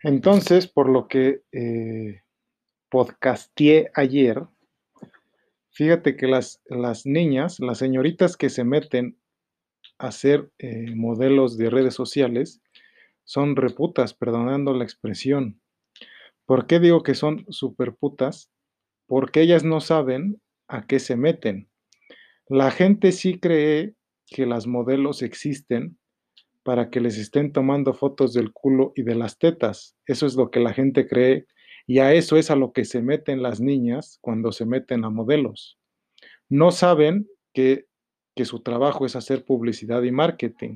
Entonces, por lo que podcasteé ayer, fíjate que las niñas, las señoritas que se meten a ser modelos de redes sociales, son reputas, perdonando la expresión. ¿Por qué digo que son superputas? Porque ellas no saben a qué se meten. La gente sí cree que las modelos existen para que les estén tomando fotos del culo y de las tetas. Eso es lo que la gente cree y a eso es a lo que se meten las niñas cuando se meten a modelos. No saben que su trabajo es hacer publicidad y marketing.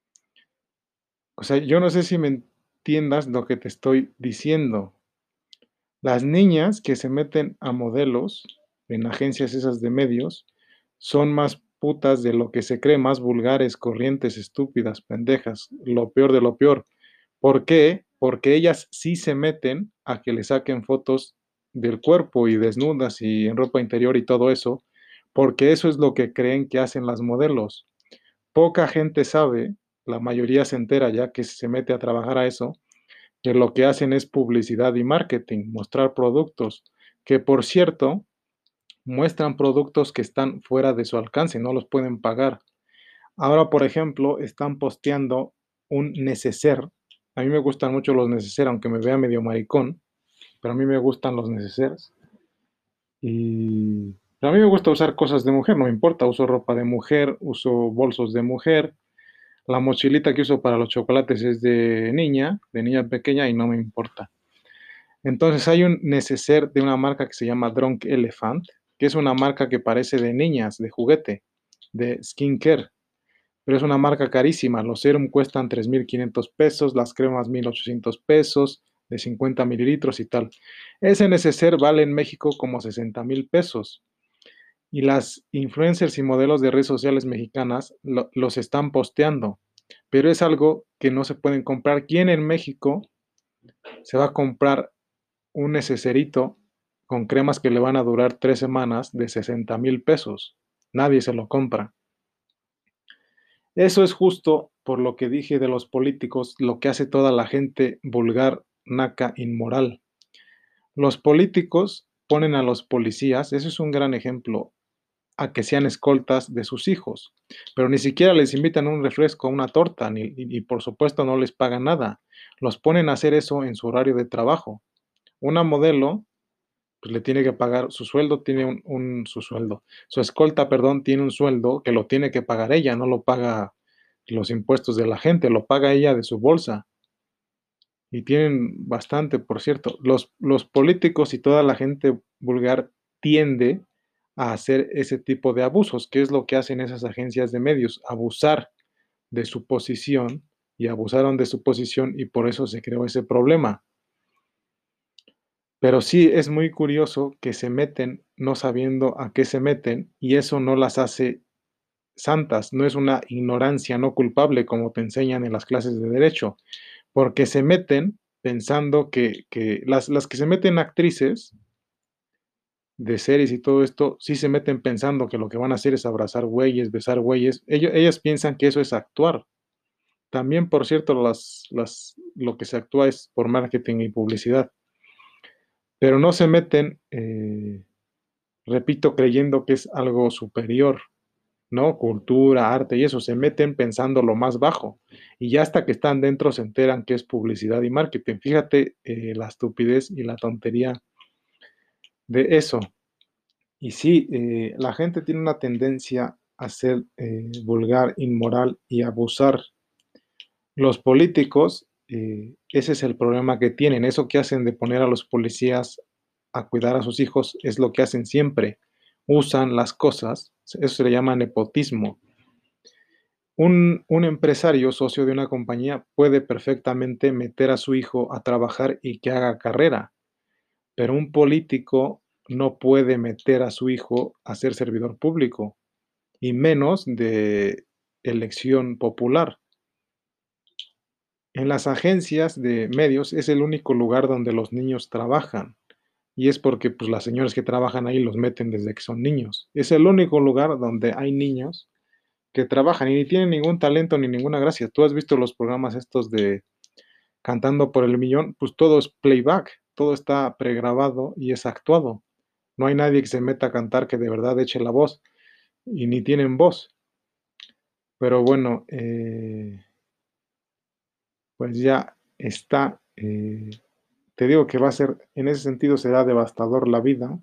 O sea, yo no sé si me entiendas lo que te estoy diciendo. Las niñas que se meten a modelos en agencias esas de medios son más putas de lo que se cree, más vulgares, corrientes, estúpidas, pendejas, lo peor de lo peor. ¿Por qué? Porque ellas sí se meten a que le saquen fotos del cuerpo y desnudas y en ropa interior y todo eso, porque eso es lo que creen que hacen las modelos. Poca gente sabe, la mayoría se entera ya que se mete a trabajar a eso, que lo que hacen es publicidad y marketing, mostrar productos, que por cierto, muestran productos que están fuera de su alcance, no los pueden pagar. Ahora, por ejemplo, están posteando un neceser. A mí me gustan mucho los neceser, aunque me vea medio maricón, pero a mí me gustan los neceseres. Y a mí me gusta usar cosas de mujer, no me importa, uso ropa de mujer, uso bolsos de mujer. La mochilita que uso para los chocolates es de niña pequeña y no me importa. Entonces hay un neceser de una marca que se llama Drunk Elephant, que es una marca que parece de niñas, de juguete, de skincare, pero es una marca carísima. Los serum cuestan 3.500 pesos, las cremas 1.800 pesos, de 50 mililitros y tal. Ese neceser vale en México como 60,000 pesos. Y las influencers y modelos de redes sociales mexicanas los están posteando, pero es algo que no se pueden comprar. ¿Quién en México se va a comprar un neceserito con cremas que le van a durar 3 semanas de 60,000 pesos? Nadie se lo compra. Eso es justo por lo que dije de los políticos, lo que hace toda la gente vulgar, naca, inmoral. Los políticos ponen a los policías, eso es un gran ejemplo, a que sean escoltas de sus hijos, pero ni siquiera les invitan un refresco, una torta, y por supuesto no les pagan nada. Los ponen a hacer eso en su horario de trabajo. Una modelo pues le tiene que pagar su sueldo, tiene su sueldo, su escolta, perdón, tiene un sueldo que lo tiene que pagar ella, no lo paga los impuestos de la gente, lo paga ella de su bolsa. Y tienen bastante, por cierto. Los políticos y toda la gente vulgar tiende a hacer ese tipo de abusos, que es lo que hacen esas agencias de medios, abusar de su posición y abusaron de su posición y por eso se creó ese problema. Pero sí es muy curioso que se meten no sabiendo a qué se meten y eso no las hace santas, no es una ignorancia no culpable como te enseñan en las clases de derecho, porque se meten pensando que las que se meten actrices de series y todo esto, sí se meten pensando que lo que van a hacer es abrazar güeyes, besar güeyes. Ellas piensan que eso es actuar. También, por cierto, lo que se actúa es por marketing y publicidad, pero no se meten, repito, creyendo que es algo superior, ¿no? Cultura, arte y eso, se meten pensando lo más bajo. Y ya hasta que están dentro se enteran que es publicidad y marketing. Fíjate la estupidez y la tontería de eso. Y sí, la gente tiene una tendencia a ser vulgar, inmoral y abusar. Los políticos, ese es el problema que tienen. Eso que hacen de poner a los policías a cuidar a sus hijos es lo que hacen siempre. Usan las cosas, eso se le llama nepotismo. Un empresario, socio de una compañía, puede perfectamente meter a su hijo a trabajar y que haga carrera, pero un político no puede meter a su hijo a ser servidor público, y menos de elección popular. En las agencias de medios es el único lugar donde los niños trabajan, y es porque pues, las señoras que trabajan ahí los meten desde que son niños. Es el único lugar donde hay niños que trabajan y ni tienen ningún talento ni ninguna gracia. Tú has visto los programas estos de cantando por el millón, pues todo es playback, todo está pregrabado y es actuado. No hay nadie que se meta a cantar que de verdad eche la voz y ni tienen voz. Pero bueno, pues ya está. Te digo que va a ser, en ese sentido será devastador la vida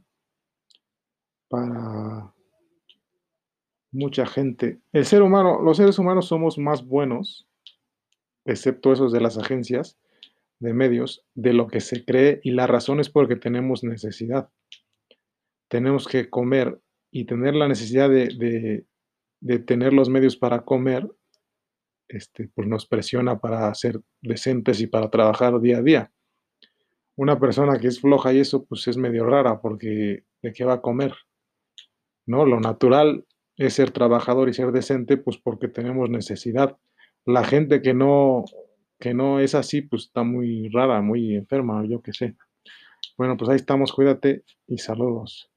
para mucha gente. El ser humano, los seres humanos somos más buenos, excepto esos de las agencias de medios, de lo que se cree y la razón es porque tenemos necesidad. Tenemos que comer y tener la necesidad de tener los medios para comer, pues nos presiona para ser decentes y para trabajar día a día. Una persona que es floja y eso, pues es medio rara porque ¿de qué va a comer? ¿No? Lo natural es ser trabajador y ser decente, pues porque tenemos necesidad. La gente que no es así, pues está muy rara, muy enferma, yo qué sé. Bueno, pues ahí estamos, cuídate y saludos.